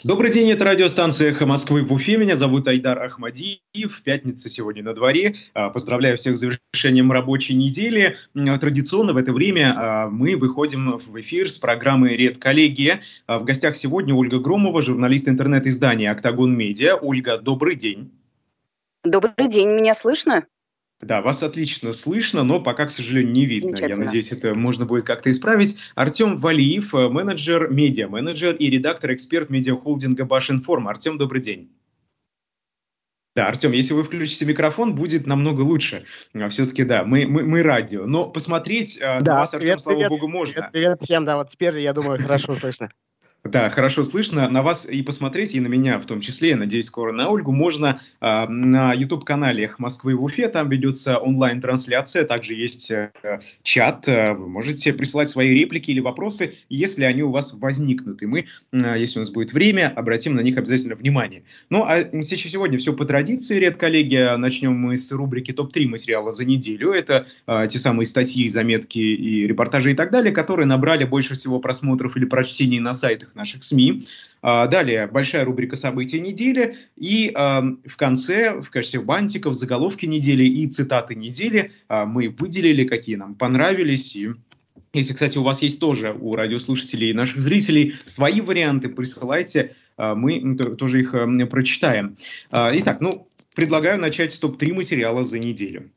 Добрый день, это радиостанция «Эхо Москвы» в Уфе. Меня зовут Айдар Ахмадиев. Пятница сегодня на дворе. Поздравляю всех с завершением рабочей недели. Традиционно в это время мы выходим в эфир с программой «Редколлегия». В гостях сегодня Ольга Громова, журналист интернет-издания «Октагон Медиа». Ольга, добрый день. Добрый день, меня слышно? Да, вас отлично слышно, но пока, к сожалению, не видно. Я Замечательно. надеюсь, это можно будет как-то исправить. Артем Валиев, менеджер, медиа-менеджер и редактор-эксперт медиахолдинга «Башинформ». Артем, добрый день. Да, Артем, если вы включите микрофон, будет намного лучше. Все-таки, да, мы радио. Но посмотреть на Да, вас, Артем, привет, слава привет, богу, привет, можно. привет всем, да, вот теперь, я думаю, хорошо слышно. Да, хорошо слышно. На вас и посмотреть, и на меня в том числе, я надеюсь, скоро на Ольгу, можно на YouTube-канале «Эхо Москвы» в Уфе. Там ведется онлайн-трансляция, также есть чат. Вы можете присылать свои реплики или вопросы, если они у вас возникнут. И мы, если у нас будет время, обратим на них обязательно внимание. Ну, а сегодня все по традиции, редколлегия. Начнем мы с рубрики «Топ-3 материала за неделю». Это те самые статьи, заметки и репортажи и так далее, которые набрали больше всего просмотров или прочтений на сайтах наших СМИ. Далее большая рубрика «События недели». И в конце, в качестве бантиков, заголовки недели и цитаты недели мы выделили, какие нам понравились. И если, кстати, у вас есть тоже, у радиослушателей и наших зрителей, свои варианты, присылайте, мы тоже их прочитаем. Итак, предлагаю начать с топ-3 материала за неделю.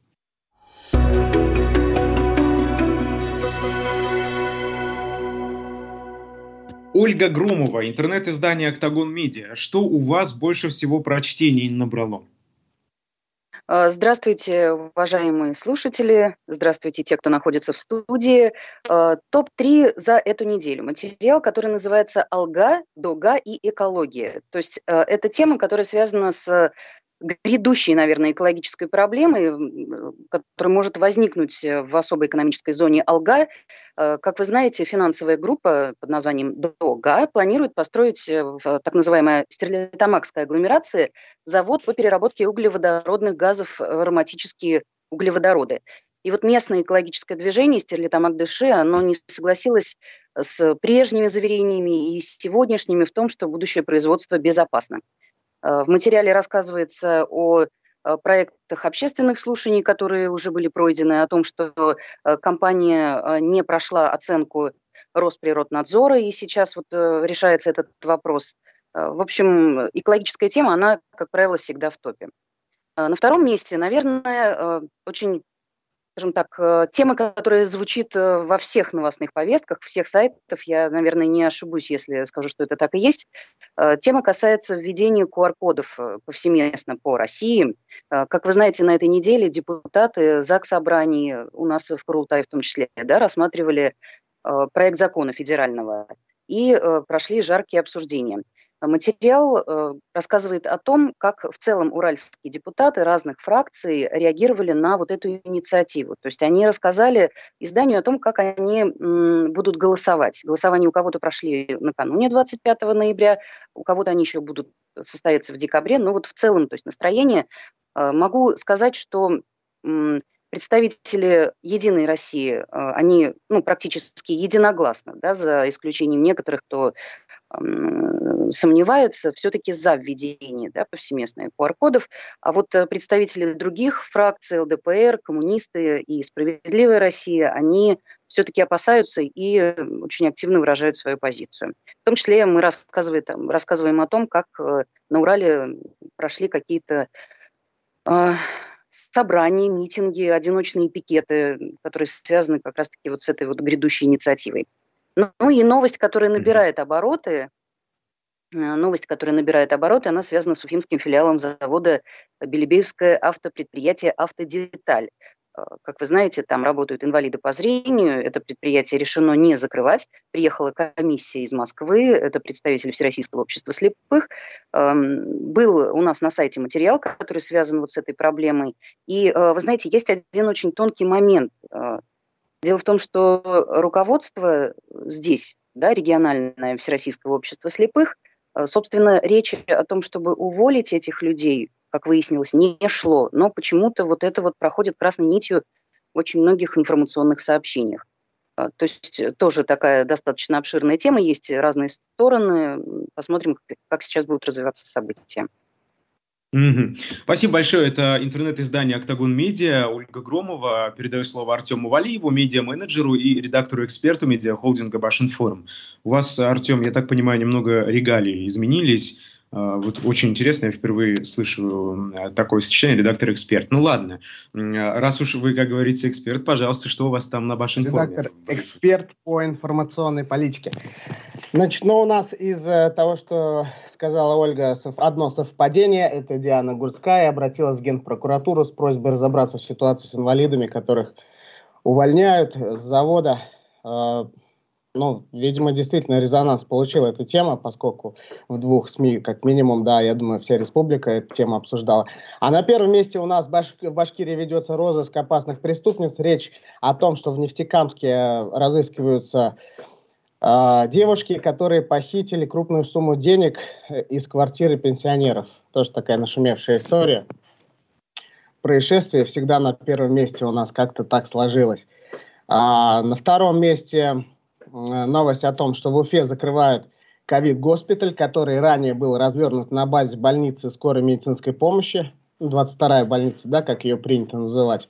Ольга Громова, интернет-издание «Октагон Медиа». Что у вас больше всего прочтений набрало? Здравствуйте, уважаемые слушатели. Здравствуйте, те, кто находится в студии. Топ-3 за эту неделю. Материал, который называется «Алга, Дога и экология». То есть это тема, которая связана с грядущей, наверное, экологической проблемой, которая может возникнуть в особой экономической зоне Алга. Как вы знаете, финансовая группа под названием Дога планирует построить в так называемой стерлитамакской агломерации завод по переработке углеводородных газов в ароматические углеводороды. И вот местное экологическое движение Стерлитамак-Дыши, оно не согласилось с прежними заверениями и сегодняшними в том, что будущее производство безопасно. В материале рассказывается о проектах общественных слушаний, которые уже были пройдены, о том, что компания не прошла оценку Росприроднадзора, и сейчас вот решается этот вопрос. В общем, экологическая тема, она, как правило, всегда в топе. На втором месте, наверное, очень, скажем так, тема, которая звучит во всех новостных повестках, всех сайтов. Я, наверное, не ошибусь, если скажу, что это так и есть. Тема касается введения QR-кодов повсеместно по России. Как вы знаете, на этой неделе депутаты Заксобраний, у нас в Курултае в том числе, рассматривали проект закона федерального и прошли жаркие обсуждения. Материал рассказывает о том, как в целом уральские депутаты разных фракций реагировали на вот эту инициативу. То есть они рассказали изданию о том, как они будут голосовать. Голосование у кого-то прошли накануне 25 ноября, у кого-то они еще будут состояться в декабре. Но вот в целом, то есть настроение, могу сказать, что представители «Единой России», они практически единогласно, за исключением некоторых, кто сомневается, все-таки за введение повсеместных QR-кодов. А вот представители других фракций, ЛДПР, коммунисты и «Справедливая Россия», они все-таки опасаются и очень активно выражают свою позицию. В том числе мы рассказываем о том, как на Урале прошли какие-то собрания, митинги, одиночные пикеты, которые связаны как раз-таки вот с этой вот грядущей инициативой. Ну и новость, которая набирает обороты, она связана с уфимским филиалом завода Белебеевское автопредприятие «Автодеталь». Как вы знаете, там работают инвалиды по зрению. Это предприятие решено не закрывать. Приехала комиссия из Москвы, это представители Всероссийского общества слепых. Был у нас на сайте материал, который связан вот с этой проблемой. И, вы знаете, есть один очень тонкий момент. Дело в том, что руководство здесь, региональное Всероссийского общества слепых, собственно, речи о том, чтобы уволить этих людей, как выяснилось, не шло. Но почему-то вот это вот проходит красной нитью в очень многих информационных сообщениях. То есть тоже такая достаточно обширная тема, есть разные стороны. Посмотрим, как сейчас будут развиваться события. Мгм. Спасибо большое. Это интернет-издание «Октагон Медиа». Ольга Громова. Передаю слово Артему Валиеву, медиа-менеджеру и редактору-эксперту медиахолдинга «Башинформ». У вас, Артем, я так понимаю, немного регалий изменились. Вот очень интересно, я впервые слышу такое сочетание редактор-эксперт. Ну ладно, раз уж вы, как говорится, эксперт, пожалуйста, что у вас там на Башинформе? Редактор-эксперт по информационной политике. Значит, у нас из того, что сказала Ольга, одно совпадение. Это Диана Гурцкая обратилась в Генпрокуратуру с просьбой разобраться в ситуации с инвалидами, которых увольняют с завода. Видимо, действительно резонанс получила эта тема, поскольку в 2 СМИ, как минимум, да, я думаю, вся республика эту тему обсуждала. А на первом месте у нас в Башкирии ведется розыск опасных преступниц. Речь о том, что в Нефтекамске разыскиваются девушки, которые похитили крупную сумму денег из квартиры пенсионеров. Тоже такая нашумевшая история. Происшествие всегда на первом месте у нас как-то так сложилось. На втором месте новость о том, что в Уфе закрывают ковид-госпиталь, который ранее был развернут на базе больницы скорой медицинской помощи. 22-я больница, да, как ее принято называть.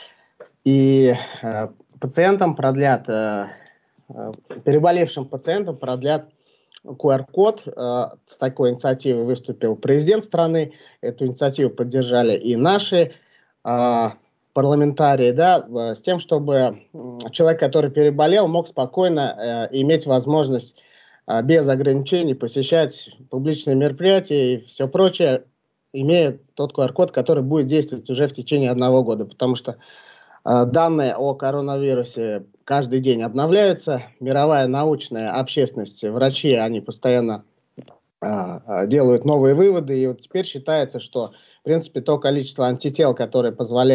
И пациентам продлят, переболевшим пациентам продлят QR-код. С такой инициативой выступил президент страны. Эту инициативу поддержали и наши парламентарии, да, с тем, чтобы человек, который переболел, мог спокойно иметь возможность без ограничений посещать публичные мероприятия и все прочее, имея тот QR-код, который будет действовать уже в течение 1 года, потому что данные о коронавирусе каждый день обновляются, мировая научная общественность, врачи, они постоянно делают новые выводы, и вот теперь считается, что, в принципе, то количество антител, которое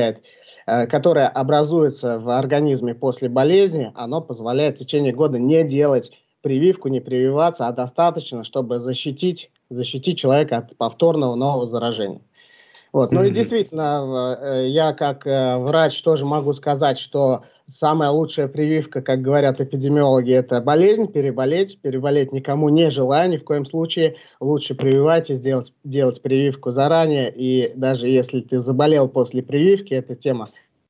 образуется в организме после болезни, оно позволяет в течение года не делать прививку, не прививаться, а достаточно, чтобы защитить человека от повторного нового заражения. Вот. Ну и действительно, я как врач тоже могу сказать, что самая лучшая прививка, как говорят эпидемиологи, это болезнь, переболеть. Переболеть никому не желаю, ни в коем случае. Лучше прививайтесь, делать прививку заранее. И даже если ты заболел после прививки, эта тема.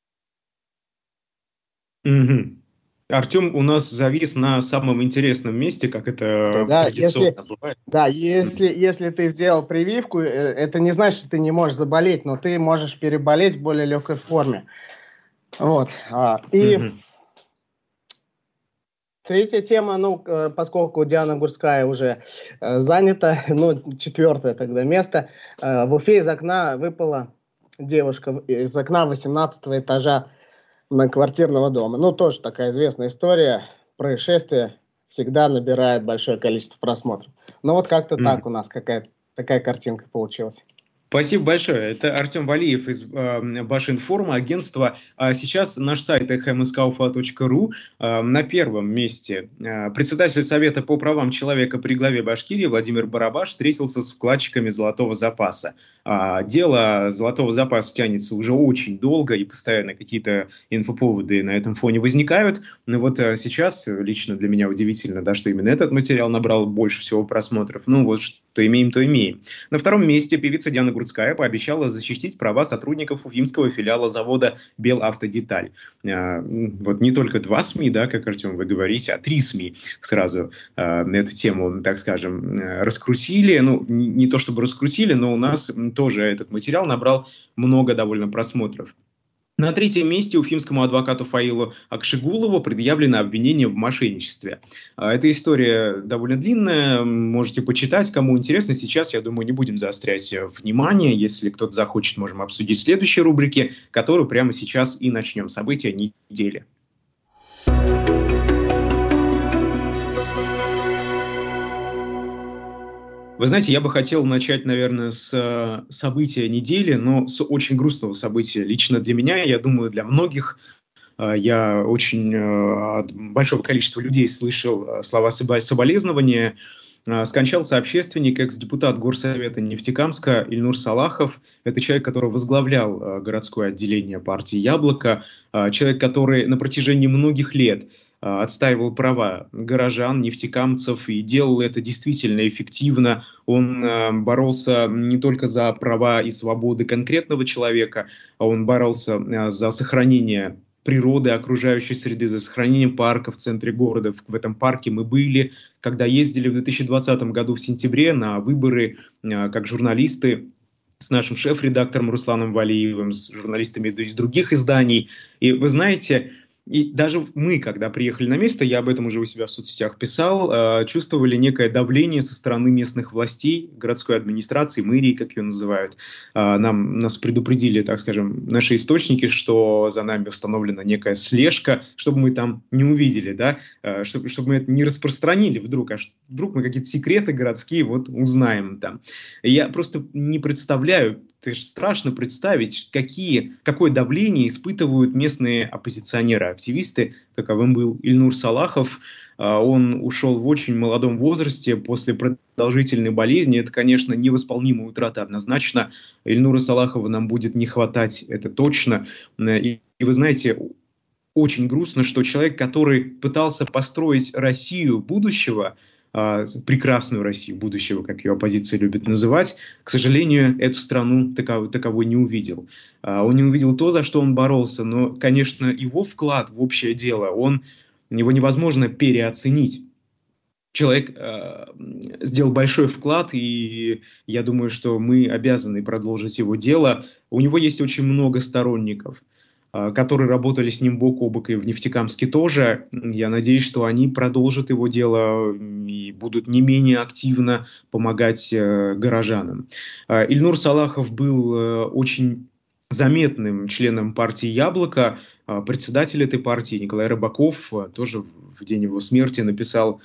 Артем у нас завис на самом интересном месте, как это традиционно бывает. Да, если ты сделал прививку, это не значит, что ты не можешь заболеть, но ты можешь переболеть в более легкой форме. Вот. Третья тема, поскольку Диана Гурцкая уже занята, 4-е тогда место. В Уфе из окна выпала девушка, из окна 18-го этажа многоквартирного дома. Тоже такая известная история. Происшествие всегда набирает большое количество просмотров. Как-то так у нас такая картинка получилась. Спасибо большое. Это Артем Валиев из Башинформа, агентства. Сейчас наш сайт khmskaufa.ru. На первом месте председатель Совета по правам человека при главе Башкирии Владимир Барабаш встретился с вкладчиками Золотого запаса. Дело Золотого запаса тянется уже очень долго, и постоянно какие-то инфоповоды на этом фоне возникают. Но вот сейчас лично для меня удивительно, да, что именно этот материал набрал больше всего просмотров. Что имеем, то имеем. На втором месте певица Диана Гурцкая пообещала защитить права сотрудников уфимского филиала завода «Белавтодеталь». Вот не только 2 СМИ, да, как, Артем, вы говорите, а 3 СМИ сразу эту тему, так скажем, раскрутили. Не то чтобы раскрутили, но у нас тоже этот материал набрал много довольно просмотров. На 3-м месте уфимскому адвокату Фаилу Акшигулову предъявлено обвинение в мошенничестве. Эта история довольно длинная, можете почитать, кому интересно. Сейчас, я думаю, не будем заострять внимание. Если кто-то захочет, можем обсудить в следующей рубрике, которую прямо сейчас и начнем. События недели. Вы знаете, я бы хотел начать, наверное, с события недели, но с очень грустного события. Лично для меня, я думаю, для многих, я очень от большого количества людей слышал слова соболезнования. Скончался общественник, экс-депутат Горсовета Нефтекамска Ильнур Салахов. Это человек, который возглавлял городское отделение партии «Яблоко», человек, который на протяжении многих лет отстаивал права горожан, нефтекамцев и делал это действительно эффективно. Он боролся не только за права и свободы конкретного человека, а он боролся за сохранение природы, окружающей среды, за сохранение парка в центре города. В этом парке мы были, когда ездили в 2020 году в сентябре на выборы как журналисты с нашим шеф-редактором Русланом Валиевым, с журналистами из других изданий. И вы знаете, и даже мы, когда приехали на место, я об этом уже у себя в соцсетях писал, чувствовали некое давление со стороны местных властей, городской администрации, мэрии, как ее называют. Нас предупредили, так скажем, наши источники, что за нами установлена некая слежка, чтобы мы там не увидели, да, чтобы мы это не распространили вдруг, вдруг мы какие-то секреты городские вот узнаем там. Я просто не представляю, это же страшно представить, какое давление испытывают местные оппозиционеры, активисты, каковым был Ильнур Салахов. Он ушел в очень молодом возрасте после продолжительной болезни. Это, конечно, невосполнимая утрата однозначно. Ильнура Салахова нам будет не хватать, это точно. И вы знаете, очень грустно, что человек, который пытался построить Россию будущего, прекрасную Россию будущего, как ее оппозиция любит называть, к сожалению, эту страну таковой не увидел. Он не увидел то, за что он боролся, но, конечно, его вклад в общее дело, его невозможно переоценить. Человек сделал большой вклад, и я думаю, что мы обязаны продолжить его дело. У него есть очень много сторонников, которые работали с ним бок о бок и в Нефтекамске тоже. Я надеюсь, что они продолжат его дело и будут не менее активно помогать горожанам. Ильнур Салахов был очень заметным членом партии «Яблоко». Председатель этой партии Николай Рыбаков тоже в день его смерти написал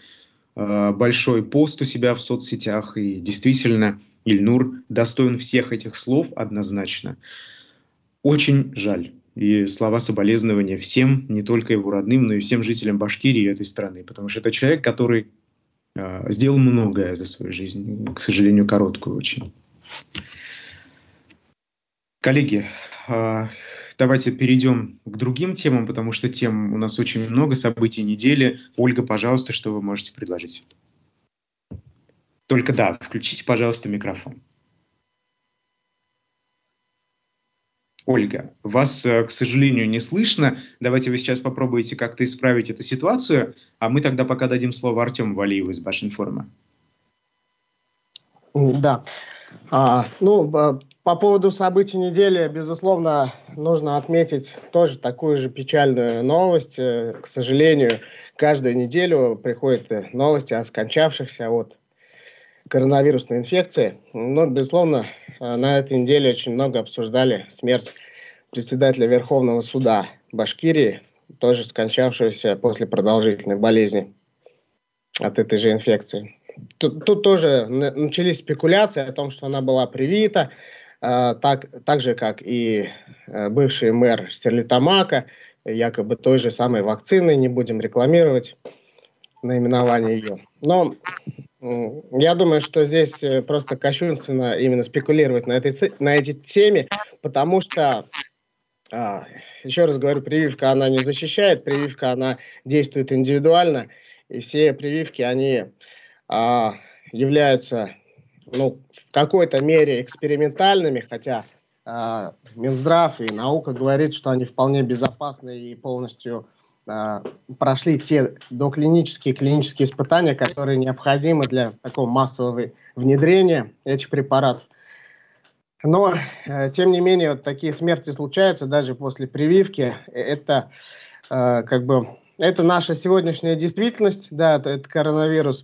большой пост у себя в соцсетях. И действительно, Ильнур достоин всех этих слов однозначно. Очень жаль. И слова соболезнования всем, не только его родным, но и всем жителям Башкирии и этой страны. Потому что это человек, который сделал многое за свою жизнь. К сожалению, короткую очень. Коллеги, давайте перейдем к другим темам, потому что тем у нас очень много, событий недели. Ольга, пожалуйста, что вы можете предложить? Только да, включите, пожалуйста, микрофон. Ольга, вас, к сожалению, не слышно. Давайте вы сейчас попробуете как-то исправить эту ситуацию, а мы тогда пока дадим слово Артему Валиеву из Башинформа. Да. По поводу событий недели, безусловно, нужно отметить тоже такую же печальную новость. К сожалению, каждую неделю приходят новости о скончавшихся от коронавирусной инфекции. Но, безусловно, на этой неделе очень много обсуждали смерть председателя Верховного суда Башкирии, тоже скончавшегося после продолжительной болезни от этой же инфекции. Тут тоже начались спекуляции о том, что она была привита, так же, как и бывший мэр Стерлитамака, якобы той же самой вакциной, не будем рекламировать наименование ее. Но я думаю, что здесь просто кощунственно именно спекулировать на этой теме, потому что, еще раз говорю, прививка она не защищает, прививка она действует индивидуально, и все прививки, они являются в какой-то мере экспериментальными, хотя Минздрав и наука говорит, что они вполне безопасны и полностью прошли те доклинические и клинические испытания, которые необходимы для такого массового внедрения этих препаратов. Но, тем не менее, вот такие смерти случаются даже после прививки. Это это наша сегодняшняя действительность. Да, этот коронавирус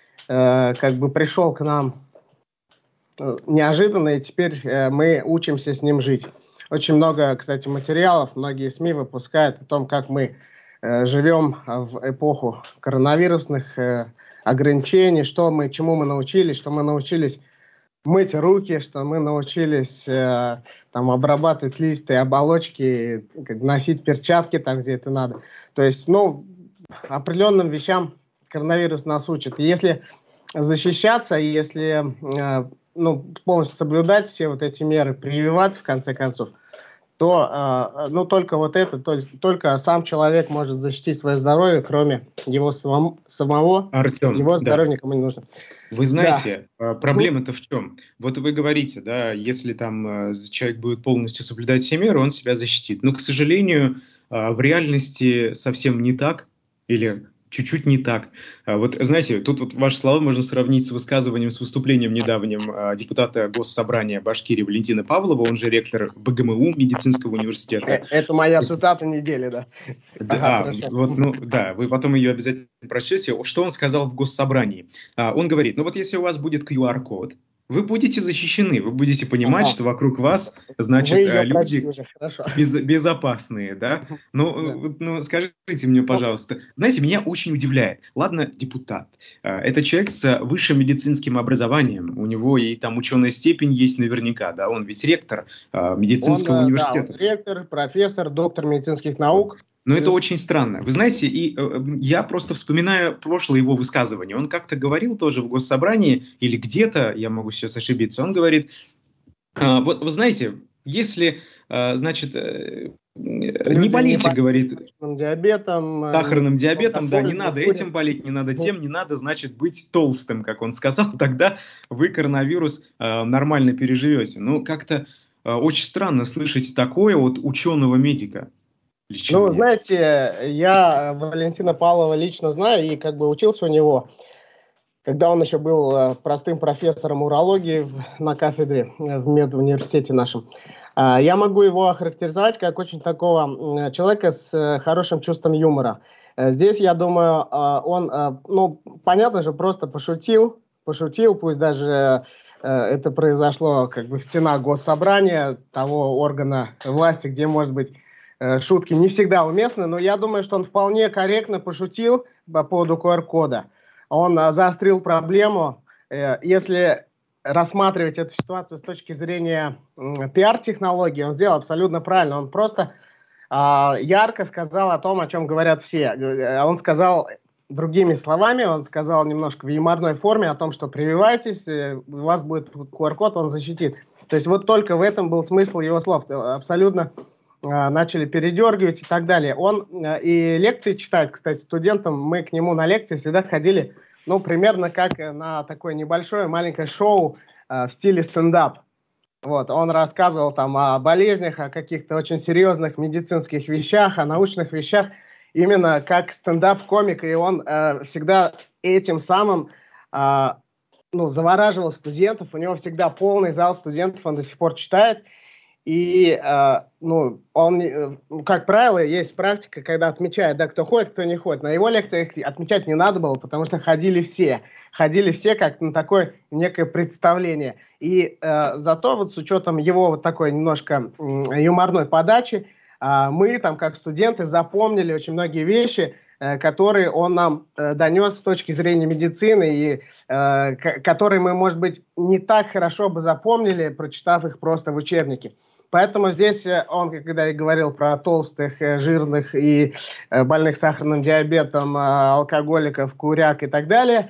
пришел к нам неожиданно, и теперь мы учимся с ним жить. Очень много, кстати, материалов, многие СМИ выпускают о том, как мы живем в эпоху коронавирусных ограничений, чему мы научились, что мы научились мыть руки, что мы научились обрабатывать слизистые оболочки, носить перчатки там, где это надо. То есть, определенным вещам коронавирус нас учит. И если защищаться, если полностью соблюдать все вот эти меры, прививаться, в конце концов, то ну, только вот это, то есть только сам человек может защитить свое здоровье, кроме его самого, Артем, его да. здоровье никому не нужно. Вы знаете, Да. проблема-то в чем? Вот вы говорите, да, если там человек будет полностью соблюдать все меры, он себя защитит. Но, к сожалению, в реальности совсем не так, или чуть-чуть не так. Вот знаете, тут вот ваши слова можно сравнить с высказыванием, с выступлением недавним депутата Госсобрания Башкирии Валентина Павлова, он же ректор БГМУ медицинского университета. Это моя цитата недели, да. Да, вот, ну, да, вы потом ее обязательно прочтете. Что он сказал в Госсобрании? Он говорит, ну вот если у вас будет QR-код, вы будете защищены, вы будете понимать, что вокруг вас, значит, люди безопасные, да? Ну, скажите мне, пожалуйста, знаете, меня очень удивляет. Ладно, депутат, это человек с высшим медицинским образованием, у него и там ученая степень есть наверняка, да, он ведь ректор медицинского университета. Да, он ректор, профессор, доктор медицинских наук. Но это очень странно. Вы знаете, и я просто вспоминаю прошлое его высказывание. Он как-то говорил тоже в Госсобрании, или где-то, я могу сейчас ошибиться, он говорит, вот вы знаете, если, значит, не болейте, говорит, сахарным диабетом, да, не надо этим болеть, не надо тем, не надо, значит, быть толстым, как он сказал, тогда вы коронавирус нормально переживете. Ну, как-то очень странно слышать такое от ученого-медика. Ну, знаете, я Валентина Павлова лично знаю и как бы учился у него, когда он еще был простым профессором урологии на кафедре в медуниверситете нашем. Я могу его охарактеризовать как очень такого человека с хорошим чувством юмора. Здесь, я думаю, он, ну, понятно же, просто пошутил, пусть даже это произошло как бы в стенах Госсобрания, того органа власти, где, может быть, шутки не всегда уместны, но я думаю, что он вполне корректно пошутил по поводу QR-кода. Он заострил проблему. Если рассматривать эту ситуацию с точки зрения пиар-технологии, он сделал абсолютно правильно. Он просто ярко сказал о том, о чем говорят все. Он сказал другими словами, он сказал немножко в юморной форме о том, что прививайтесь, у вас будет QR-код, он защитит. То есть вот только в этом был смысл его слов. Абсолютно начали передергивать и так далее. Он и лекции читает, кстати, студентам. Мы к нему на лекции всегда ходили, ну, примерно как на такое небольшое, маленькое шоу в стиле стендап. Вот, он рассказывал там о болезнях, о каких-то очень серьезных медицинских вещах, о научных вещах, именно как стендап-комик, и он всегда этим самым завораживал студентов. У него всегда полный зал студентов, он до сих пор читает. И, он, как правило, есть практика, когда отмечает, да, кто ходит, кто не ходит. На его лекциях отмечать не надо было, потому что ходили все как на такое некое представление. И зато вот с учетом его вот такой немножко юморной подачи, мы там, как студенты, запомнили очень многие вещи, которые он нам донес с точки зрения медицины, и которые мы, может быть, не так хорошо бы запомнили, прочитав их просто в учебнике. Поэтому здесь он, когда и говорил про толстых, жирных и больных сахарным диабетом, алкоголиков, куряк и так далее,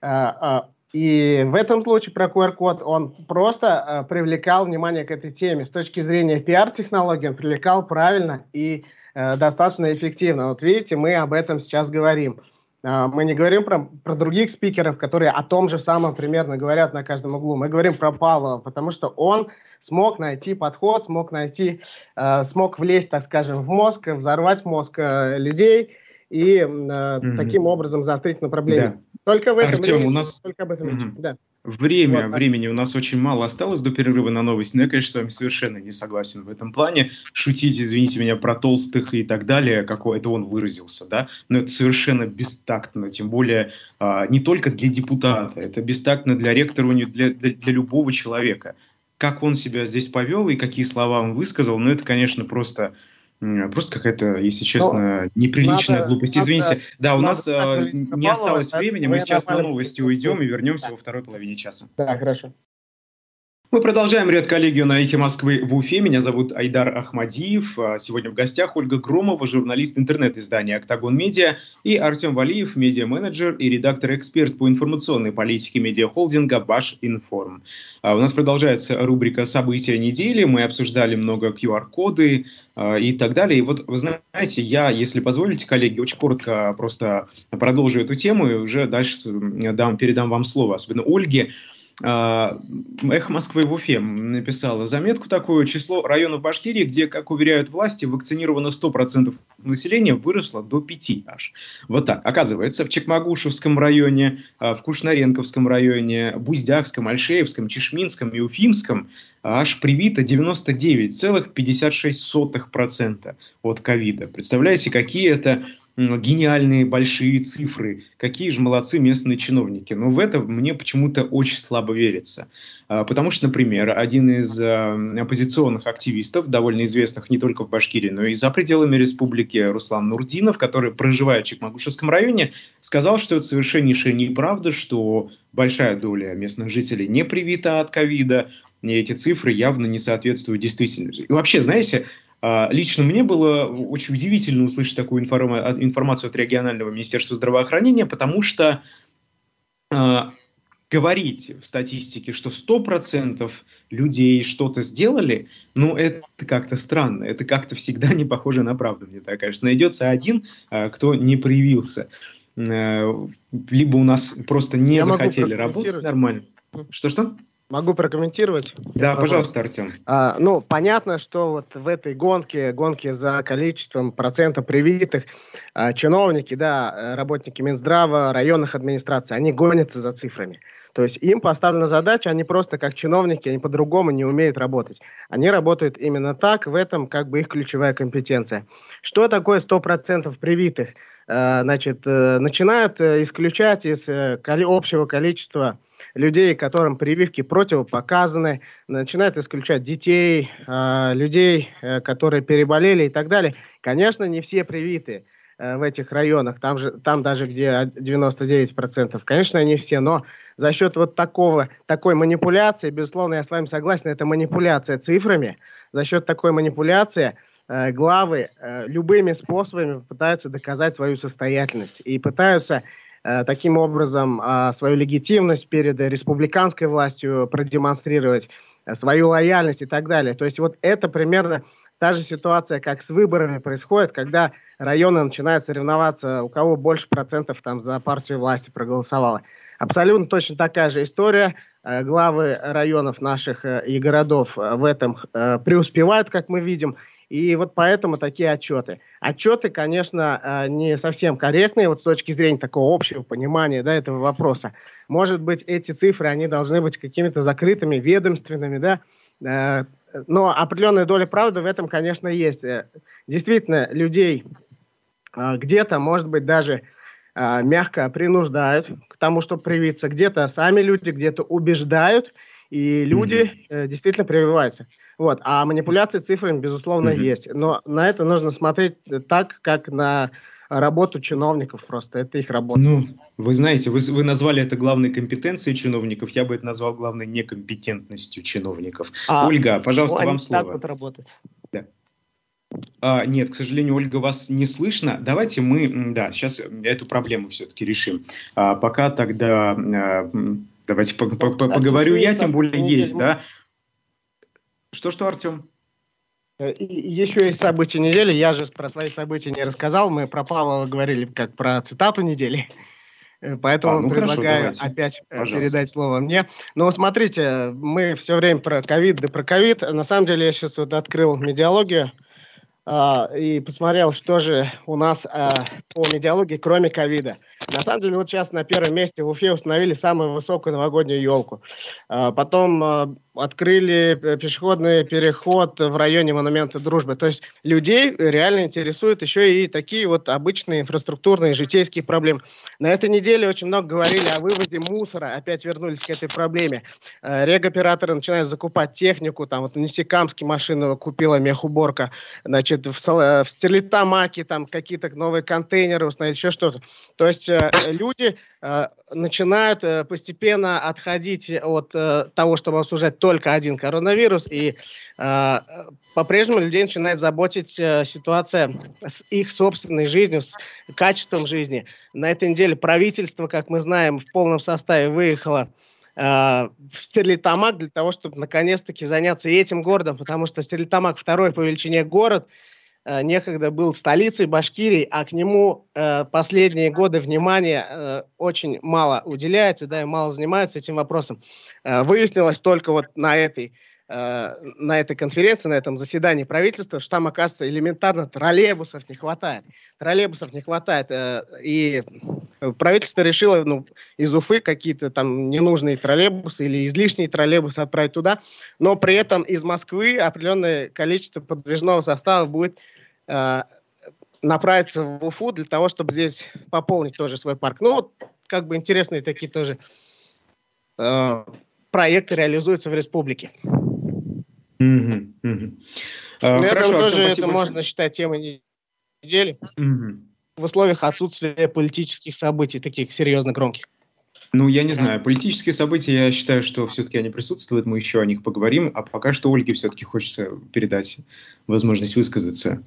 и в этом случае про QR-код он просто привлекал внимание к этой теме. С точки зрения пиар-технологии он привлекал правильно и достаточно эффективно. Вот видите, мы об этом сейчас говорим. Мы не говорим про других спикеров, которые о том же самом примерно говорят на каждом углу. Мы говорим про Павлова, потому что он смог найти подход, смог влезть, так скажем, в мозг, взорвать мозг людей и таким образом заострить на проблеме. Да. Только в этом Артем, у нас да. Времени у нас очень мало осталось до перерыва на новости, но я, конечно, с вами совершенно не согласен в этом плане. Шутить, извините меня, про толстых и так далее, как это он выразился, да, но это совершенно бестактно, тем более не только для депутата, это бестактно для ректора, для любого человека. Как он себя здесь повел и какие слова он высказал, ну это, конечно, просто какая-то, если честно, неприличная глупость. Извините. Да, у нас не осталось времени. Мы сейчас на новости уйдем и вернемся во второй половине часа. Да, хорошо. Мы продолжаем редколлегию на «Эхе Москвы» в Уфе. Меня зовут Айдар Ахмадиев. Сегодня в гостях Ольга Громова, журналист интернет-издания «Октагон Медиа», и Артем Валиев, медиа-менеджер и редактор-эксперт по информационной политике медиахолдинга «Башинформ». У нас продолжается рубрика «События недели». Мы обсуждали много QR-коды и так далее. И вот, вы знаете, я, если позволите, коллеги, очень коротко просто продолжу эту тему и уже дальше передам вам слово, особенно Ольге. «Эхо Москвы» в Уфе написала заметку такую: число районов Башкирии, где, как уверяют власти, вакцинировано 100% населения, выросло до 5 аж. Вот так. Оказывается, в Чекмагушевском районе, в Кушнаренковском районе, Буздякском, Альшеевском, Чешминском и Уфимском аж привито 99,56% от ковида. Представляете, какие это гениальные большие цифры, какие же молодцы местные чиновники. Но в это мне почему-то очень слабо верится. Потому что, например, один из оппозиционных активистов, довольно известных не только в Башкирии, но и за пределами республики, Руслан Нурдинов, который проживает в Чекмагушевском районе, сказал, что это совершеннейшая неправда, что большая доля местных жителей не привита от ковида, и эти цифры явно не соответствуют действительности. И вообще, знаете, лично мне было очень удивительно услышать такую информацию от регионального министерства здравоохранения, потому что говорить в статистике, что 100% людей что-то сделали, ну, это как-то странно, это как-то всегда не похоже на правду, мне так кажется. Найдется один, кто не привился. Либо у нас просто не захотели работать нормально. Что-что? Могу прокомментировать? Да, пожалуйста, Артем. Ну, понятно, что вот в этой гонке за количеством процента привитых, чиновники, да, работники Минздрава, районных администраций, они гонятся за цифрами. То есть им поставлена задача, они просто как чиновники, они по-другому не умеют работать. Они работают именно так, в этом как бы их ключевая компетенция. Что такое 100% привитых? Значит, начинают исключать из общего количества людей, которым прививки противопоказаны, начинают исключать детей, людей, которые переболели и так далее. Конечно, не все привиты в этих районах, там даже где 99%, конечно, не все, но за счет вот такой манипуляции, безусловно, я с вами согласен, это манипуляция цифрами, за счет такой манипуляции главы любыми способами пытаются доказать свою состоятельность и пытаются таким образом свою легитимность перед республиканской властью продемонстрировать, свою лояльность и так далее. То есть вот это примерно та же ситуация, как с выборами происходит, когда районы начинают соревноваться, у кого больше процентов там за партию власти проголосовало. Абсолютно точно такая же история. Главы районов наших и городов в этом преуспевают, как мы видим. И вот поэтому такие отчеты. Отчеты, конечно, не совсем корректные вот с точки зрения такого общего понимания, да, этого вопроса. Может быть, эти цифры, они должны быть какими-то закрытыми, ведомственными, да, но определенная доля правды в этом, конечно, есть. Действительно, людей где-то, может быть, даже мягко принуждают к тому, чтобы привиться. Где-то сами люди, где-то убеждают, и люди действительно прививаются. Вот. А манипуляции цифрами, безусловно, есть. Но на это нужно смотреть так, как на работу чиновников просто. Это их работа. Ну, вы знаете, вы назвали это главной компетенцией чиновников, я бы это назвал главной некомпетентностью чиновников. Ольга, пожалуйста, вам слово. Так вот работать. Да. Нет, к сожалению, Ольга, вас не слышно. Давайте мы, сейчас эту проблему все-таки решим. Пока тогда давайте поговорю я, тем более есть, да. Что, Артем? Еще есть события недели. Я же про свои события не рассказал. Мы про Павлова говорили как про цитату недели. Поэтому предлагаю опять передать слово мне. Но смотрите, мы все время про ковид, На самом деле я сейчас вот открыл медиалогию и посмотрел, что же у нас по медиалогии, кроме ковида. На самом деле, вот сейчас на первом месте в Уфе установили самую высокую новогоднюю елку. Потом открыли пешеходный переход в районе монумента Дружбы. То есть людей реально интересуют еще и такие вот обычные инфраструктурные, житейские проблемы. На этой неделе очень много говорили о вывозе мусора. Опять вернулись к этой проблеме. Регоператоры начинают закупать технику. Там вот в Нефтекамске машину купила мехуборка. Значит, в Стерлитамаке там какие-то новые контейнеры установить, еще что-то. То есть люди начинают постепенно отходить от того, чтобы обсуждать только один коронавирус, и по-прежнему людей начинает заботить ситуация с их собственной жизнью, с качеством жизни. На этой неделе правительство, как мы знаем, в полном составе выехало в Стерлитамак для того, чтобы наконец-таки заняться и этим городом, потому что Стерлитамак второй по величине город, некогда был столицей Башкирии, а к нему последние годы внимания очень мало уделяется, да, и мало занимаются этим вопросом. Выяснилось только вот на этой конференции, на этом заседании правительства, что там, оказывается, элементарно троллейбусов не хватает. И правительство решило из Уфы какие-то там ненужные троллейбусы или излишние троллейбусы отправить туда, но при этом из Москвы определенное количество подвижного состава будет направиться в Уфу для того, чтобы здесь пополнить тоже свой парк. Как бы интересные такие тоже проекты реализуются в республике. Хорошо, тоже это можно считать темой недели в условиях отсутствия политических событий, таких серьезно громких. Я не знаю, политические события, я считаю, что все-таки они присутствуют, мы еще о них поговорим, а пока что Ольге все-таки хочется передать возможность высказаться.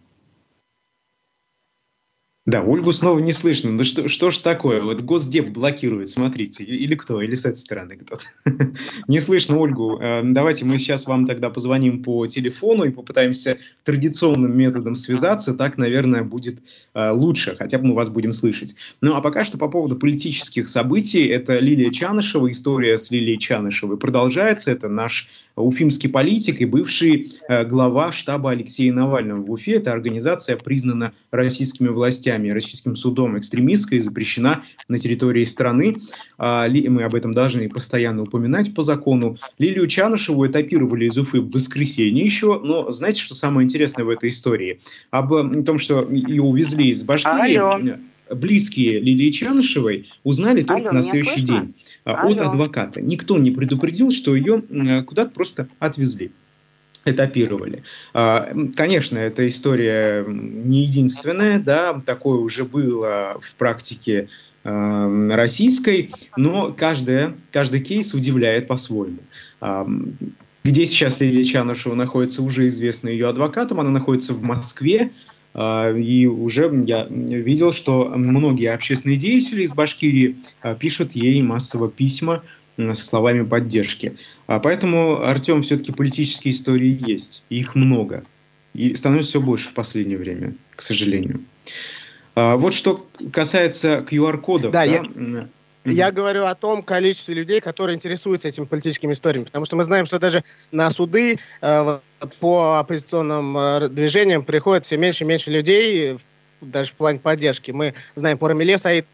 Да, Ольгу снова не слышно. Что ж такое? Вот Госдеп блокирует, смотрите. Или кто? Или с этой стороны кто-то. Не слышно Ольгу. Давайте мы сейчас вам тогда позвоним по телефону и попытаемся традиционным методом связаться. Так, наверное, будет лучше. Хотя бы мы вас будем слышать. А пока что по поводу политических событий. Это Лилия Чанышева. История с Лилией Чанышевой продолжается. Это наш уфимский политик и бывший глава штаба Алексея Навального в Уфе. Эта организация признана российскими властями, российским судом экстремистской, запрещена на территории страны. Мы об этом должны постоянно упоминать по закону. Лилию Чанышеву этапировали из Уфы в воскресенье еще, но знаете, что самое интересное в этой истории? Об том, что ее увезли из Башкирии, близкие Лилии Чанышевой узнали только на следующий день от адвоката. Никто не предупредил, что ее куда-то просто отвезли. Этапировали. Конечно, эта история не единственная, да, такое уже было в практике российской, но каждый кейс удивляет по-своему. Где сейчас Лилия Чанышева находится, уже известно ее адвокатам, она находится в Москве, и уже я видел, что многие общественные деятели из Башкирии пишут ей массово письма со словами поддержки. Поэтому, Артем, все-таки политические истории есть, их много, и становится все больше в последнее время, к сожалению. Вот что касается QR-кодов. Да, я говорю о том количестве людей, которые интересуются этими политическими историями, потому что мы знаем, что даже на суды по оппозиционным движениям приходит все меньше и меньше людей, даже в плане поддержки. Мы знаем по Рамиле Саид.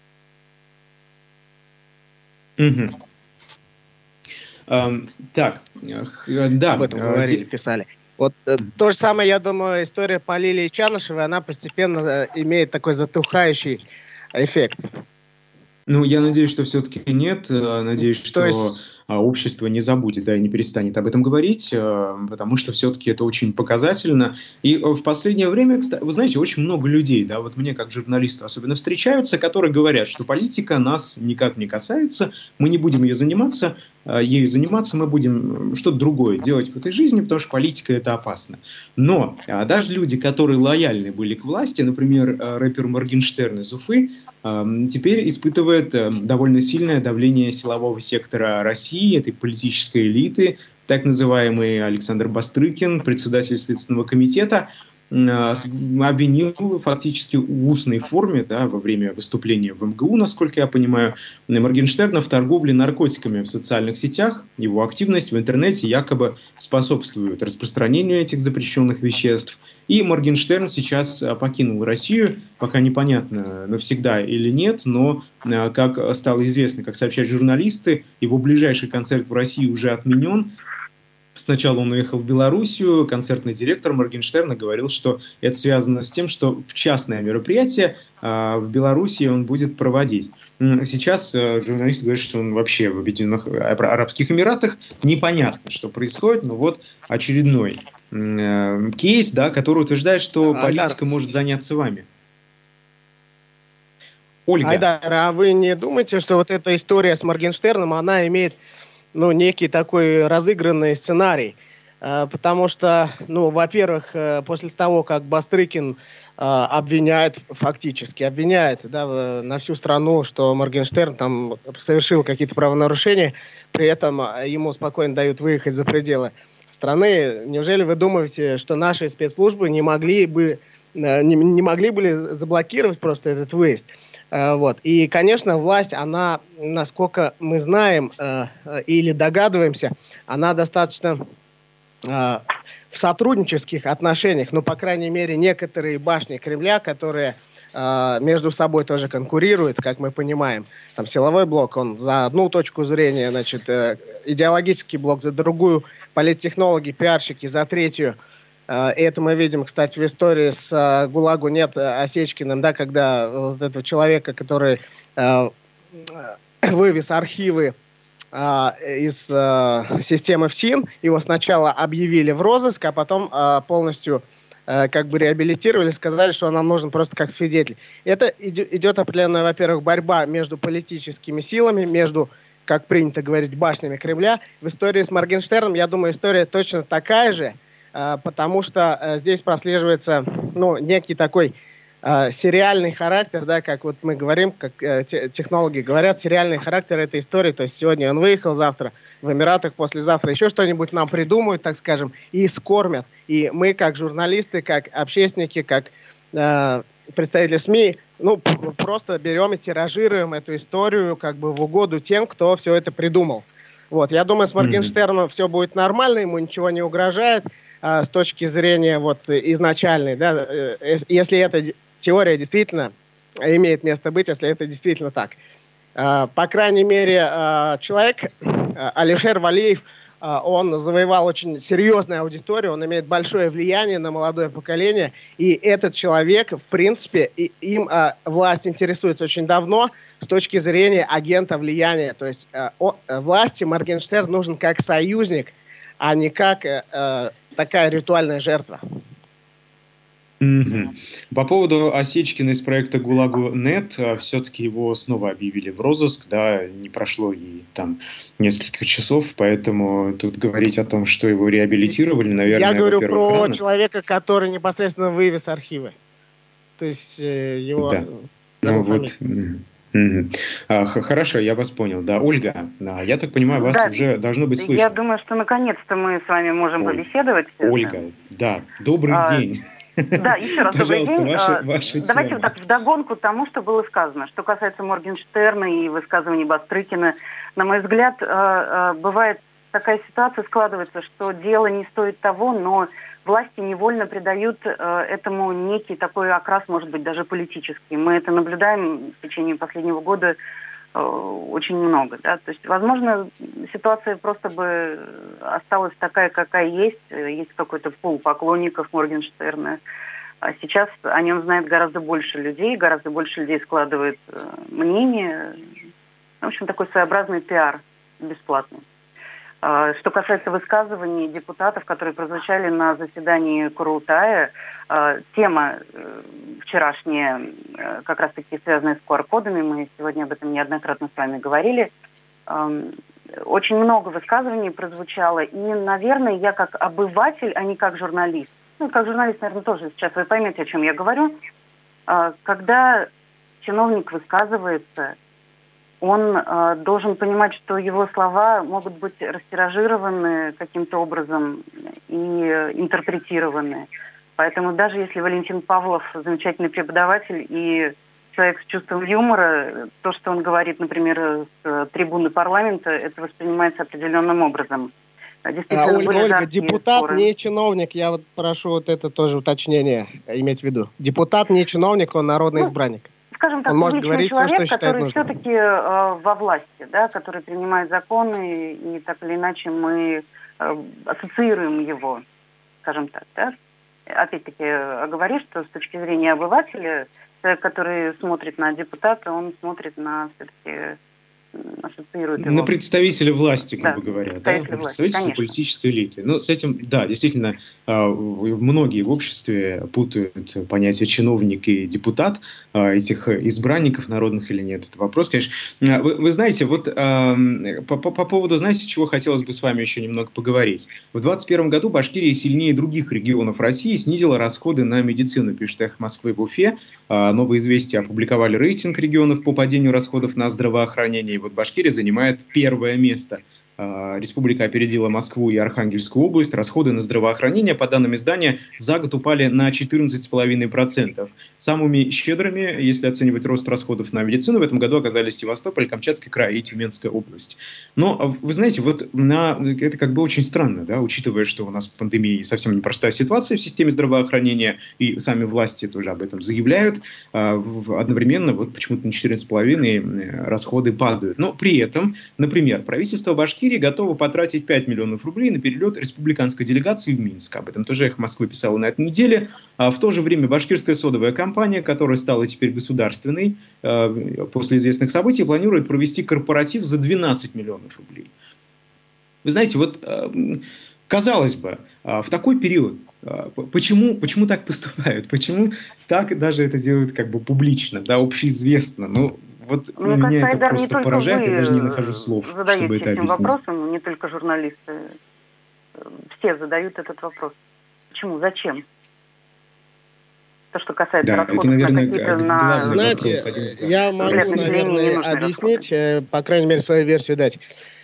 Так, да. Об этом говорили, писали. Вот то же самое, я думаю, история по Лилии Чанышевой, она постепенно имеет такой затухающий эффект. Я надеюсь, что все-таки нет. Надеюсь, что общество не забудет, да, и не перестанет об этом говорить, потому что все-таки это очень показательно. И в последнее время, вы знаете, очень много людей, да, вот мне как журналисту особенно встречаются, которые говорят, что политика нас никак не касается, мы не будем ею заниматься, мы будем что-то другое делать в этой жизни, потому что политика — это опасно. Но даже люди, которые лояльны были к власти, например, рэпер Моргенштерн из Уфы, теперь испытывает довольно сильное давление силового сектора России, этой политической элиты, так называемый Александр Бастрыкин, председатель Следственного комитета, обвинил фактически в устной форме, да, во время выступления в МГУ, насколько я понимаю, Моргенштерна в торговле наркотиками в социальных сетях. Его активность в интернете якобы способствует распространению этих запрещенных веществ. И Моргенштерн сейчас покинул Россию, пока непонятно, навсегда или нет, но, как стало известно, как сообщают журналисты, его ближайший концерт в России уже отменен. Сначала он уехал в Белоруссию, концертный директор Моргенштерна говорил, что это связано с тем, что в частное мероприятие в Белоруссии он будет проводить. Сейчас журналисты говорят, что он вообще в Объединенных Арабских Эмиратах. Непонятно, что происходит, но вот очередной кейс, да, который утверждает, что политика может заняться вами. Ольга. Айдар, а вы не думаете, что вот эта история с Моргенштерном, она имеет, некий такой разыгранный сценарий? Потому что, во-первых, после того, как Бастрыкин обвиняет, да, на всю страну, что Моргенштерн там совершил какие-то правонарушения, при этом ему спокойно дают выехать за пределы страны. Неужели вы думаете, что наши спецслужбы не могли бы заблокировать просто этот выезд? Вот. И, конечно, власть, она, насколько мы знаем или догадываемся, она достаточно в сотруднических отношениях, по крайней мере, некоторые башни Кремля, которые между собой тоже конкурируют, как мы понимаем. Там силовой блок, он за одну точку зрения, значит, идеологический блок за другую, политтехнологи, пиарщики за третью. Это мы видим, кстати, в истории с ГУЛАГу нет Осечкиным, да, когда вот этого человека, который вывез архивы из системы ФСИН, его сначала объявили в розыск, а потом полностью реабилитировали, сказали, что нам нужен просто как свидетель. Это идет определенная, во-первых, борьба между политическими силами, между, как принято говорить, башнями Кремля. В истории с Моргенштерном, я думаю, история точно такая же, потому что здесь прослеживается, некий такой сериальный характер, да, как вот мы говорим, как технологи говорят, сериальный характер этой истории. То есть сегодня он выехал, завтра в Эмиратах, послезавтра еще что-нибудь нам придумают, так скажем, и скормят. И мы, как журналисты, как общественники, как представители СМИ, просто берем и тиражируем эту историю в угоду тем, кто все это придумал. Вот. Я думаю, с Моргенштерном все будет нормально, ему ничего не угрожает с точки зрения изначальной, да, если эта теория действительно имеет место быть, если это действительно так. По крайней мере, человек, Алишер Валиев, он завоевал очень серьезную аудиторию, он имеет большое влияние на молодое поколение, и этот человек, в принципе, им власть интересуется очень давно с точки зрения агента влияния. То есть власти Моргенштерн нужен как союзник, а не как такая ритуальная жертва. По поводу Осечкина из проекта ГУЛАГу.нет, все-таки его снова объявили в розыск, да, не прошло и там несколько часов, поэтому тут говорить о том, что его реабилитировали, наверное, я говорю про рано. человека, который непосредственно вывез архивы. То есть его... Да. Хорошо, я вас понял. Да, Ольга, я так понимаю, вас уже должно быть слышно. Я думаю, что наконец-то мы с вами можем побеседовать. Ольга, да, добрый день. Да, еще раз добрый день. Ваша Давайте вот так вдогонку тому, что было сказано. Что касается Моргенштерна и высказываний Бастрыкина, на мой взгляд, бывает такая ситуация, складывается, что дело не стоит того, но власти невольно придают этому некий такой окрас, может быть, даже политический. Мы это наблюдаем в течение последнего года очень много. Да? То есть, возможно, ситуация просто бы осталась такая, какая есть. Есть какой-то пул поклонников Моргенштерна. А сейчас о нем знает гораздо больше людей складывает мнение. В общем, такой своеобразный пиар бесплатный. Что касается высказываний депутатов, которые прозвучали на заседании Курултая, тема вчерашняя, как раз-таки связанная с QR-кодами, мы сегодня об этом неоднократно с вами говорили, очень много высказываний прозвучало, и, наверное, я как обыватель, а не как журналист, как журналист, наверное, тоже сейчас вы поймете, о чем я говорю, когда чиновник высказывается, он должен понимать, что его слова могут быть растиражированы каким-то образом и интерпретированы. Поэтому даже если Валентин Павлов замечательный преподаватель и человек с чувством юмора, то, что он говорит, например, с трибуны парламента, это воспринимается определенным образом. Ольга, депутат споры. Не чиновник, я прошу это тоже уточнение иметь в виду. Депутат не чиновник, он народный избранник. Скажем так, публичный человек, который все-таки во власти, да, который принимает законы, и так или иначе мы ассоциируем его, скажем так. Да? Опять-таки оговорю, что с точки зрения обывателя, человек, который смотрит на депутата, он смотрит на все-таки ассоциируют его. На представителя власти, грубо Да, говоря, представителя на власти, представителя конечно. политической элиты. Ну, с этим, да, действительно, многие в обществе путают понятие чиновник и депутат, этих избранников народных или нет. Это вопрос, конечно. Вы знаете, вот по поводу, знаете, чего хотелось бы с вами еще немного поговорить. В 2021 году Башкирия сильнее других регионов России снизила расходы на медицину, пишет «Эхо Москвы» в Уфе. Новые известия опубликовали рейтинг регионов по падению расходов на здравоохранение. И вот Башкирия занимает первое место. Республика опередила Москву и Архангельскую область. Расходы на здравоохранение, по данным издания, за год упали на 14,5%. Самыми щедрыми, если оценивать рост расходов на медицину, в этом году оказались Севастополь, Камчатский край и Тюменская область. Но, вы знаете, вот это как бы очень странно, да, учитывая, что у нас в пандемии совсем непростая ситуация в системе здравоохранения, и сами власти тоже об этом заявляют. Одновременно вот почему-то на 14,5% расходы падают. Но при этом, например, правительство Башкирии готово потратить 5 миллионов рублей на перелет республиканской делегации в Минск. Об этом тоже «Эхо Москвы» писало на этой неделе. В то же время башкирская содовая компания, которая стала теперь государственной после известных событий, планирует провести корпоратив за 12 миллионов рублей. Вы знаете, вот казалось бы, в такой период почему так поступают? Почему так даже это делают как бы публично, да, общеизвестно? Ну, вот Мне меня кажется, это Айдар, просто поражает, я даже не нахожу слов, чтобы задаете это этим объяснить. вопросом, не только журналисты. Все задают этот вопрос. Почему? Зачем? То, что касается расходов это, наверное, на какие-то на... Знаете, я могу, наверное, объяснить, по крайней мере, свою версию дать.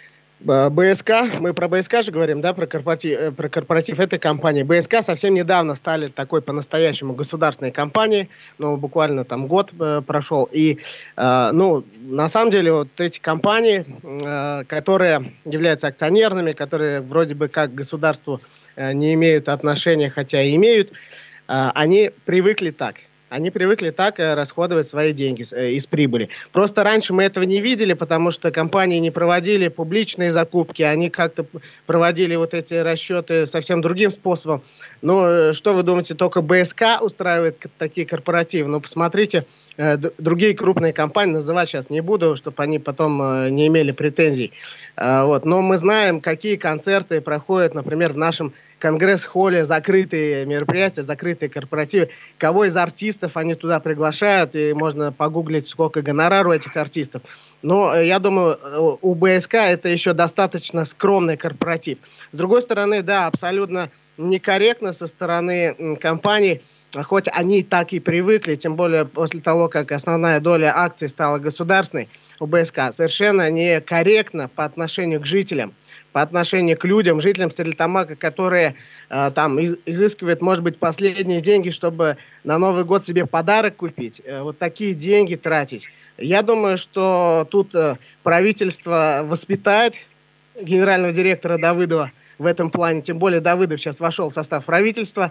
БСК, мы про БСК же говорим, да, про корпоратив этой компании. БСК совсем недавно стали такой по-настоящему государственной компанией, ну, буквально там год прошел. И, ну, на самом деле, вот эти компании, которые являются акционерными, которые вроде бы как к государству не имеют отношения, хотя и имеют, они привыкли так. Они привыкли так расходовать свои деньги из прибыли. Просто раньше мы этого не видели, потому что компании не проводили публичные закупки, они как-то проводили вот эти расчеты совсем другим способом. Но что вы думаете, только БСК устраивает такие корпоративы? Ну, посмотрите, другие крупные компании, называть сейчас не буду, чтобы они потом не имели претензий. Вот. Но мы знаем, какие концерты проходят, например, в нашем Конгресс-холле, закрытые мероприятия, закрытые корпоративы. Кого из артистов они туда приглашают, и можно погуглить, сколько гонорар у этих артистов. Но я думаю, у БСК это еще достаточно скромный корпоратив. С другой стороны, да, абсолютно некорректно со стороны компаний, хоть они так и привыкли, тем более после того, как основная доля акций стала государственной у БСК, совершенно некорректно по отношению к жителям, по отношению к людям, жителям Стерлитамака, которые там изыскивают, может быть, последние деньги, чтобы на Новый год себе подарок купить, вот такие деньги тратить. Я думаю, что тут правительство воспитает генерального директора Давыдова в этом плане, тем более Давыдов сейчас вошел в состав правительства,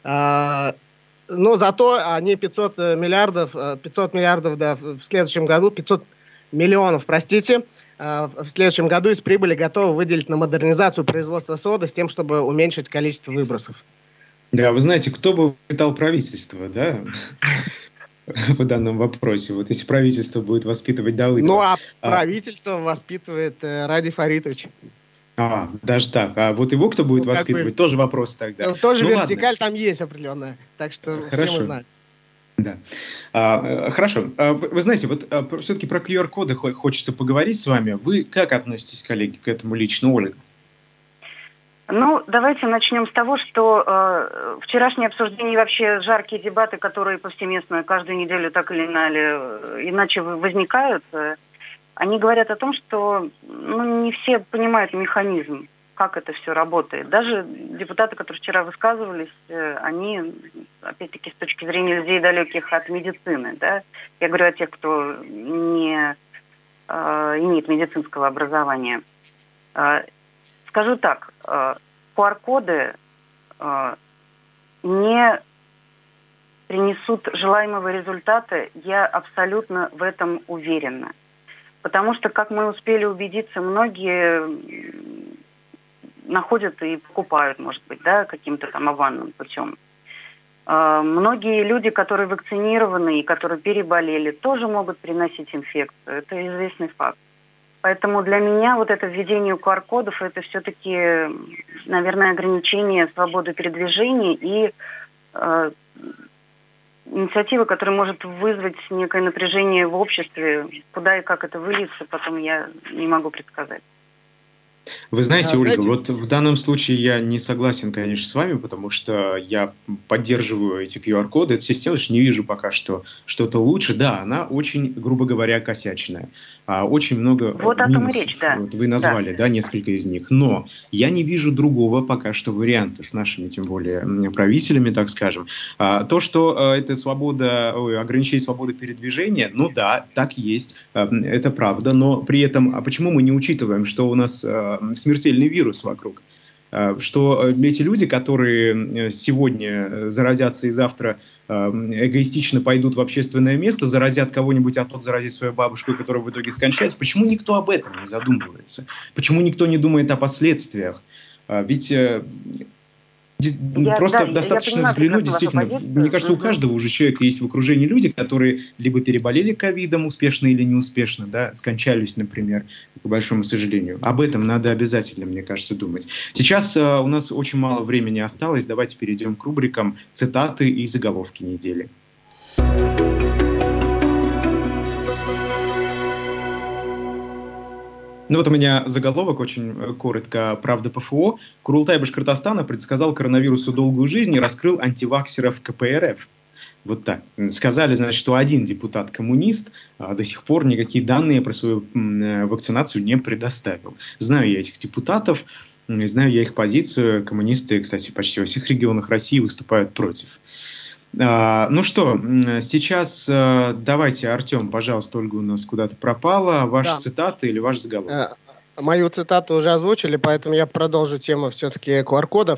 но зато они 500 миллиардов, да, в следующем году, 500 миллионов, простите, в следующем году из прибыли готовы выделить на модернизацию производства соды с тем, чтобы уменьшить количество выбросов. Да, вы знаете, кто бы воспитал правительство, да, по данному вопросе? Вот если правительство будет воспитывать Давыдова. Ну, а правительство воспитывает Ради Фаритович. Даже так. А вот его кто будет воспитывать? Тоже вопрос тогда. Тоже вертикаль там есть определенная. Так что все мы знаем. Да. Хорошо. Вы знаете, вот все-таки про QR-коды хочется поговорить с вами. Вы как относитесь, коллеги, к этому лично, Ольга? Ну, давайте начнем с того, что вчерашнее обсуждение и вообще жаркие дебаты, которые повсеместно каждую неделю так или иначе возникают, они говорят о том, что не все понимают механизм, как это все работает. Даже депутаты, которые вчера высказывались, они, опять-таки, с точки зрения людей, далеких от медицины, да, я говорю о тех, кто не имеет медицинского образования. Скажу так, QR-коды не принесут желаемого результата, я абсолютно в этом уверена. Потому что, как мы успели убедиться, многие находят и покупают, может быть, да, каким-то там обманным путем. Многие люди, которые вакцинированы и которые переболели, тоже могут приносить инфекцию. Это известный факт. Поэтому для меня вот это введение QR-кодов – это все-таки, наверное, ограничение свободы передвижения и инициатива, которая может вызвать некое напряжение в обществе. Куда и как это выльется, потом я не могу предсказать. Вы знаете, Ольга, вот в данном случае я не согласен, конечно, с вами, потому что я поддерживаю эти QR-коды. Эту систему не вижу пока что что-то лучше. Да, она очень, грубо говоря, косячная. Очень много вот минусов. Речь, да. Вот вы назвали, да, несколько из них. Но я не вижу другого пока что варианта с нашими, тем более, правителями, так скажем. То, что это ограничение свободы передвижения, ну да, так есть, это правда. Но при этом, почему мы не учитываем, что у нас смертельный вирус вокруг? Что эти люди, которые сегодня заразятся и завтра эгоистично пойдут в общественное место, заразят кого-нибудь, а тот заразит свою бабушку, которая в итоге скончается, почему никто об этом не задумывается? Почему никто не думает о последствиях? Ведь достаточно взглянуть, действительно, мне кажется, у каждого уже человека есть в окружении люди, которые либо переболели ковидом успешно или неуспешно, да, скончались, например, к большому сожалению. Об этом надо обязательно, мне кажется, думать. Сейчас у нас очень мало времени осталось, давайте перейдем к рубрикам «Цитаты» и «Заголовки недели». Ну вот у меня заголовок очень коротко. «Правда ПФО». Курултай Башкортостана предсказал коронавирусу долгую жизнь и раскрыл антиваксеров КПРФ. Вот так. Сказали, значит, что один депутат-коммунист до сих пор никакие данные про свою вакцинацию не предоставил. Знаю я этих депутатов, знаю я их позицию. Коммунисты, кстати, почти во всех регионах России выступают против. Ну что, сейчас давайте, Артем, пожалуйста, Ольга у нас куда-то пропала. Ваши цитаты или ваш заголовок? Мою цитату уже озвучили, поэтому я продолжу тему все-таки QR-кодов.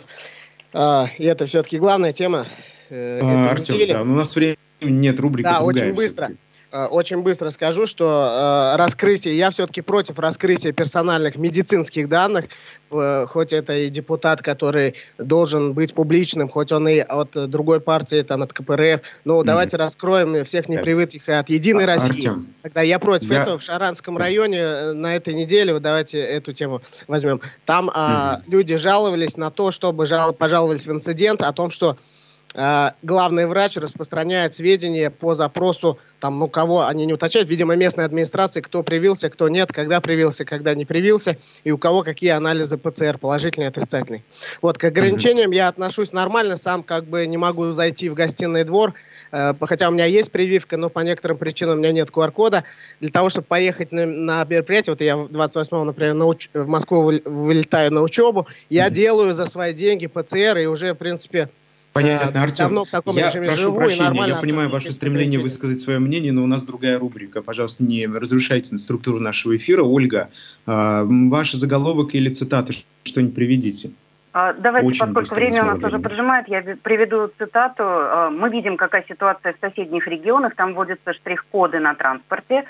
И это все-таки главная тема. Артем, да, у нас времени нет, рубрика другая. Да, очень быстро. Очень быстро скажу, что раскрытие, я все-таки против раскрытия персональных медицинских данных, хоть это и депутат, который должен быть публичным, хоть он и от другой партии, там, от КПРФ, но давайте раскроем всех непривычных от «Единой России». Артем, тогда я против этого. В Шаранском районе на этой неделе, давайте эту тему возьмем, там люди жаловались на то, чтобы пожаловались в инцидент о том, что главный врач распространяет сведения по запросу, там, ну, кого они не уточняют, видимо, местной администрации, кто привился, кто нет, когда привился, когда не привился, и у кого какие анализы ПЦР, положительные, отрицательные. Вот, к ограничениям я отношусь нормально, сам как бы не могу зайти в гостиный двор, хотя у меня есть прививка, но по некоторым причинам у меня нет QR-кода. Для того, чтобы поехать на мероприятие, вот я 28-го, например, в Москву вылетаю на учебу, я делаю за свои деньги ПЦР, и уже, в принципе, понятно, Артем. Я прошу прощения, я понимаю ваше стремление высказать свое мнение, но у нас другая рубрика. Пожалуйста, не разрушайте структуру нашего эфира. Ольга, ваш заголовок или цитаты, что-нибудь приведите. Давайте, поскольку время у нас уже поджимает, я приведу цитату. Мы видим, какая ситуация в соседних регионах. Там вводятся штрих-коды на транспорте.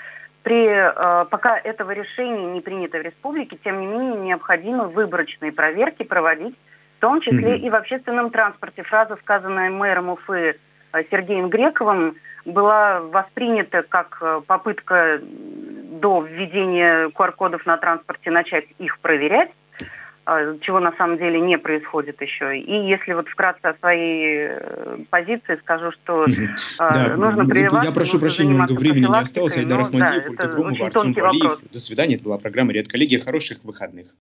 Пока этого решения не принято в республике, тем не менее необходимо выборочные проверки проводить, в том числе и в общественном транспорте. Фраза, сказанная мэром Уфы Сергеем Грековым, была воспринята как попытка до введения QR-кодов на транспорте начать их проверять, чего на самом деле не происходит еще. И если вот вкратце о своей позиции скажу, что нужно прививаться. Я прошу прощения, Ольга, времени не осталось. Айдар Ахмадиев, Ольга Громова, Артем Валиев. До свидания. Это была программа «Ред коллеги». Хороших выходных.